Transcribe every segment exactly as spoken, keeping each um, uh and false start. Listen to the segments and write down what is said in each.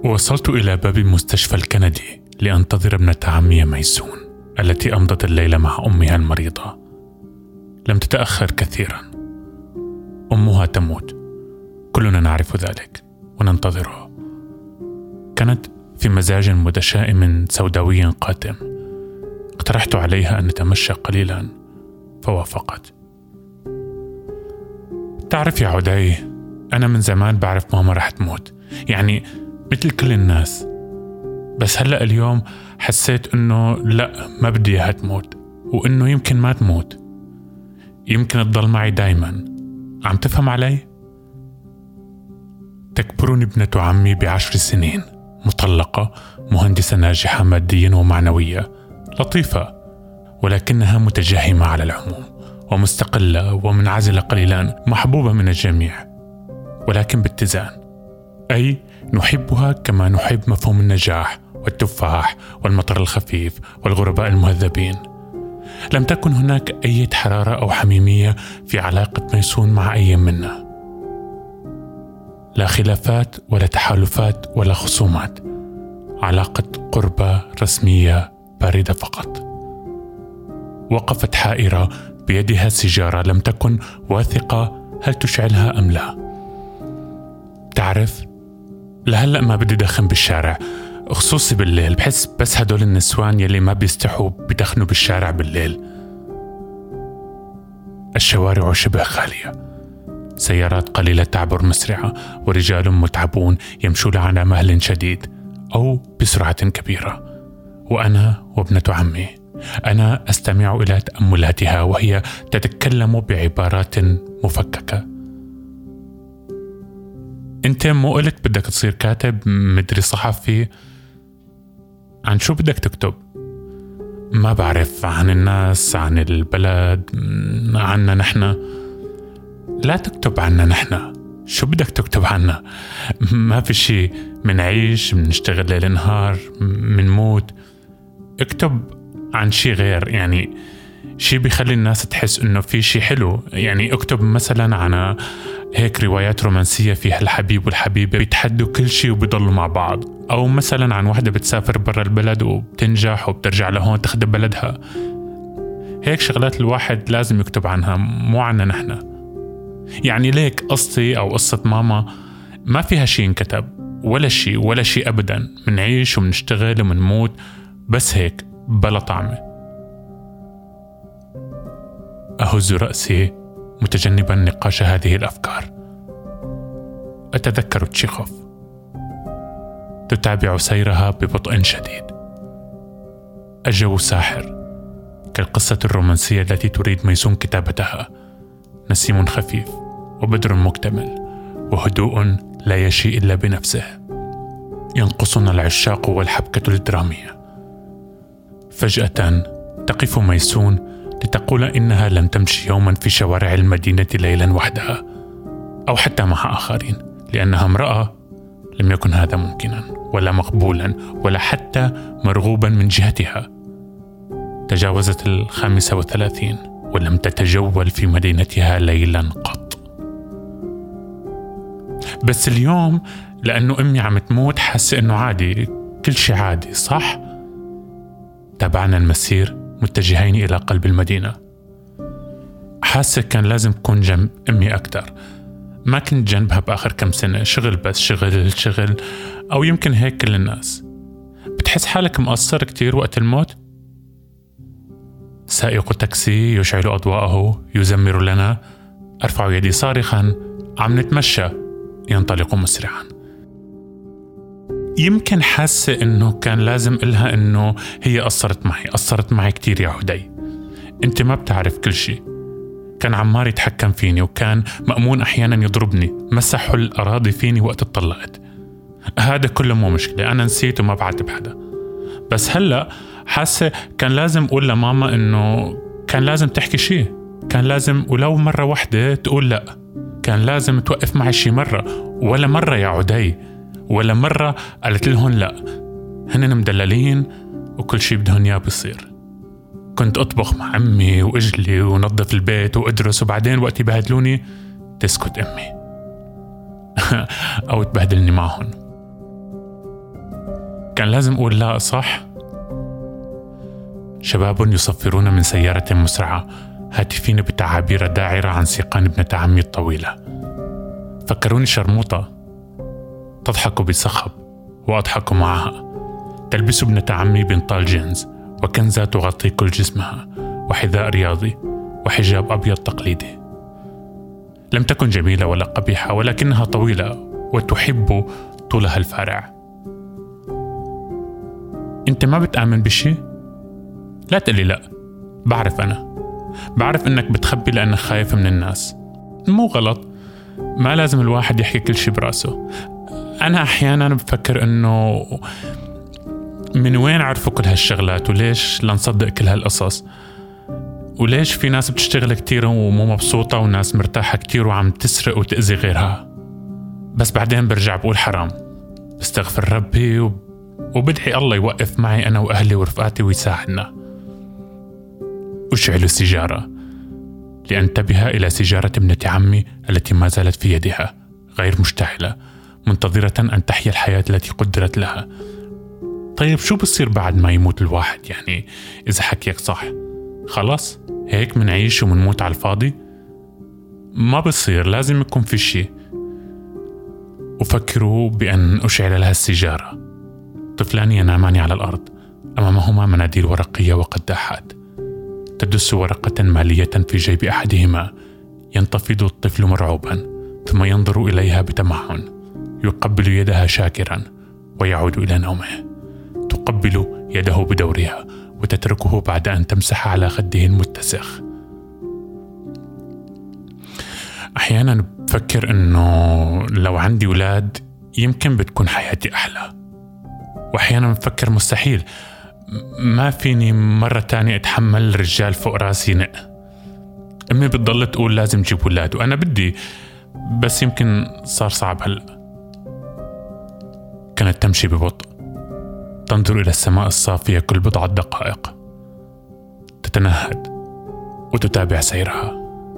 وصلت إلى باب المستشفى الكندي لأنتظر ابنة عمي ميسون التي أمضت الليلة مع أمها المريضة. لم تتأخر كثيرا، أمها تموت، كلنا نعرف ذلك وننتظرها. كانت في مزاج متشائم سوداوي قاتم. اقترحت عليها أن نتمشى قليلا فوافقت. تعرف يا عدي، أنا من زمان بعرف ماما رح تموت، يعني مثل كل الناس، بس هلأ اليوم حسيت أنه لا، ما بدي إياها تموت، وأنه يمكن ما تموت، يمكن تضل معي دايما. عم تفهم علي؟ تكبرني ابنة عمي بعشر سنين، مطلقة، مهندسة ناجحة ماديا ومعنوية، لطيفة، ولكنها متجهمة على العموم، ومستقلة ومنعزلة قليلا، محبوبة من الجميع، ولكن باتزان. أي نحبها كما نحب مفهوم النجاح والتفاح والمطر الخفيف والغرباء المهذبين. لم تكن هناك أي حرارة أو حميمية في علاقة ميسون مع أي منا، لا خلافات ولا تحالفات ولا خصومات، علاقة قربة رسمية باردة فقط. وقفت حائرة بيدها سيجارة، لم تكن واثقة هل تشعلها أم لا. تعرف، لهلأ ما بدي دخن بالشارع، خصوصي بالليل، بحس بس هدول النسوان يلي ما بيستحوا بدخنوا بالشارع بالليل. الشوارع شبه خالية، سيارات قليلة تعبر مسرعة، ورجال متعبون يمشون على مهل شديد أو بسرعة كبيرة. وأنا وابنة عمي، أنا أستمع إلى تأملاتها وهي تتكلم بعبارات مفككة. أنت مو قلت بدك تصير كاتب، مدري صحفي؟ عن شو بدك تكتب؟ ما بعرف، عن الناس، عن البلد، عنا نحن؟ لا تكتب عنا نحن، شو بدك تكتب عنا؟ ما في شي، منعيش، منشتغل ليل نهار، منموت. اكتب عن شي غير، يعني شي بيخلي الناس تحس انه في شي حلو. يعني اكتب مثلا عن هيك روايات رومانسية فيها الحبيب والحبيبة بيتحدوا كل شي وبيضلوا مع بعض، او مثلا عن وحدة بتسافر برا البلد وبتنجح وبترجع لهون تخدم بلدها. هيك شغلات الواحد لازم يكتب عنها، مو عنا نحن. يعني ليك قصتي او قصة ماما ما فيها شي انكتب، ولا شي ولا شي ابدا، منعيش ومنشتغل ومنموت، بس هيك بلا طعمة. أهز رأسي متجنبا نقاش هذه الأفكار. أتذكر تشيخوف، تتابع سيرها ببطء شديد. الجو ساحر كالقصة الرومانسية التي تريد ميسون كتابتها. نسيم خفيف وبدر مكتمل وهدوء لا يشي إلا بنفسه. ينقصنا العشاق والحبكة الدرامية. فجأة تقف ميسون لتقول إنها لن تمشي يوما في شوارع المدينة ليلا وحدها، أو حتى مع آخرين، لأنها امرأة. لم يكن هذا ممكنا ولا مقبولا ولا حتى مرغوبا من جهتها. تجاوزت الخامسة وثلاثين ولم تتجول في مدينتها ليلا قط. بس اليوم لأنه أمي عم تموت حاسة إنه عادي، كل شيء عادي، صح؟ تابعنا المسير متجهين إلى قلب المدينة. حاسة كان لازم أكون جنب أمي أكتر، ما كنت جنبها بآخر كم سنة، شغل بس شغل شغل، أو يمكن هيك كل الناس. بتحس حالك مقصر كتير وقت الموت؟ سائق تاكسي يشعل أضواءه يزمر لنا، أرفع يدي صارخا، عم نتمشى، ينطلق مسرعا. يمكن حاسة إنه كان لازم إلها إنه هي قصرت معي، قصرت معي كتير يا هدي، أنت ما بتعرف كل شيء. كان عمار يتحكم فيني، وكان مأمون أحيانا يضربني، مسحوا الأراضي فيني وقت اتطلقت. هذا كله مو مشكلة، أنا نسيت وما بعتب حدا. بس هلأ حاسة كان لازم أقول لماما إنه كان لازم تحكي شيء، كان لازم ولو مرة واحدة تقول لأ، كان لازم توقف معي شي مرة. ولا مرة يا عدي، ولا مرة قالت لهم لأ، هنن مدللين وكل شي بدهن إياه بيصير. كنت أطبخ مع أمي وأجلي ونظف البيت وأدرس، وبعدين وقت يبهدلوني تسكت أمي أو تبهدلني معهم. كان لازم أقول لا، صح؟ شباب يصفرون من سيارة مسرعة هاتفين بتعابير داعرة عن سيقان ابنة عمي الطويلة. فكروني شرموطة تضحك بصخب وأضحك معها. تلبس ابنة عمي بنطال جينز وكنزة تغطي كل جسمها وحذاء رياضي وحجاب أبيض تقليدي. لم تكن جميلة ولا قبيحة، ولكنها طويلة وتحب طولها الفارع. أنت ما بتآمن بشي؟ لا تقلي لا، بعرف أنا بعرف إنك بتخبي لأنك خايف من الناس. مو غلط، ما لازم الواحد يحكي كل شي براسه. أنا أحيانا بفكر إنه من وين عرفوا كل هالشغلات، وليش لنصدق كل هالقصص، وليش في ناس بتشتغل كتير ومو مبسوطة وناس مرتاحة كتير وعم تسرق وتأذي غيرها. بس بعدين برجع بقول حرام، بستغفر ربي وبدعي الله يوقف معي أنا وأهلي ورفقاتي ويساعدنا. أشعل السيجارة لأنتبه إلى سيجارة ابنة عمي التي ما زالت في يدها غير مشتعلة، منتظرة أن تحيا الحياة التي قدرت لها. طيب شو بصير بعد ما يموت الواحد؟ يعني إذا حكيك صح خلاص هيك منعيش ومنموت على الفاضي؟ ما بصير، لازم يكون في شيء. أفكر بأن أشعل لها السيجارة. طفلان ينامان على الأرض، أمامهما مناديل ورقية وقداحات. تدس ورقة مالية في جيب أحدهما. ينتفض الطفل مرعوبا ثم ينظر إليها بتمعن. يقبل يدها شاكرا ويعود إلى نومه. تقبل يده بدورها وتتركه بعد أن تمسح على خده المتسخ. أحيانا بفكر أنه لو عندي أولاد يمكن بتكون حياتي أحلى، وأحيانا بفكر مستحيل، ما فيني مرة تانية أتحمل رجال فوق راسي نق. أمي بتضل تقول لازم جيب أولاد وأنا بدي، بس يمكن صار صعب هلأ. كانت تمشي ببطء، تنظر إلى السماء الصافية كل بضعة دقائق، تتنهد وتتابع سيرها.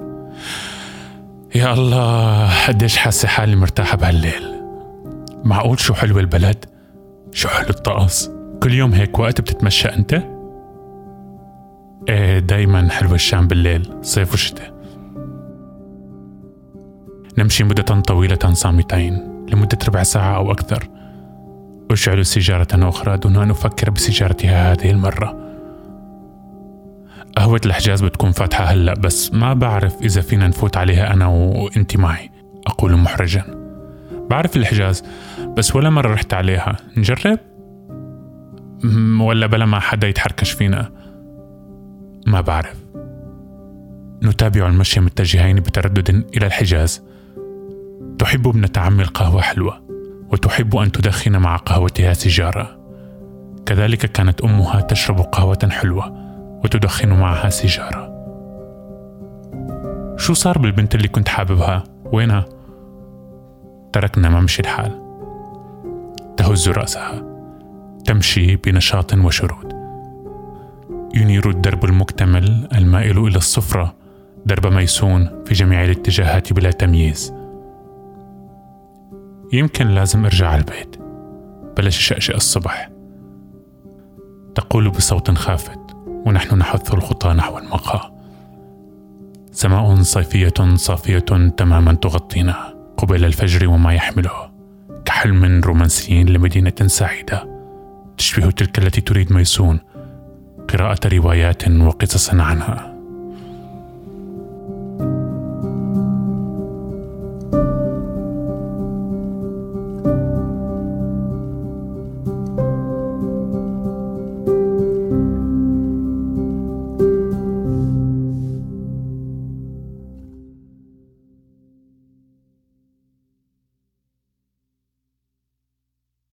يا الله قديش حاسة حالي مرتاحة بهالليل. معقول شو حلو البلد، شو حلو الطقس. كل يوم هيك وقت بتتمشى أنت؟ إيه دايما حلو الشام بالليل، صيف وشتاء. نمشي مدة طويلة صامتين لمدة ربع ساعة أو أكثر. أشعل سيجارة أخرى دون أن أفكر بسيجارتها هذه المرة. قهوة الحجاز بتكون فاتحة هلأ، بس ما بعرف إذا فينا نفوت عليها أنا وإنتي معي، أقول محرجا. بعرف الحجاز بس ولا مرة رحت عليها، نجرب؟ ولا بلا ما حدا يتحركش فينا؟ ما بعرف. نتابع المشي متجهين بتردد إلى الحجاز. تحب ابنة عمي القهوة حلوة، وتحب أن تدخن مع قهوتها سيجارة. كذلك كانت أمها تشرب قهوة حلوة وتدخن معها سيجارة. شو صار بالبنت اللي كنت حاببها؟ وينها؟ تركنا ممشي الحال. تهز رأسها، تمشي بنشاط وشرود. ينير الدرب المكتمل المائل إلى الصفرة درب ميسون في جميع الاتجاهات بلا تمييز. يمكن لازم أرجع على البيت، بلش شقشق الصبح. تقول بصوت خافت ونحن نحث الخطى نحو المقهى. سماء صيفية صافية تماما تغطينا قبيل الفجر وما يحمله، كحلم رومانسي لمدينة سعيدة تشبه تلك التي تريد ميسون قراءة روايات وقصص عنها.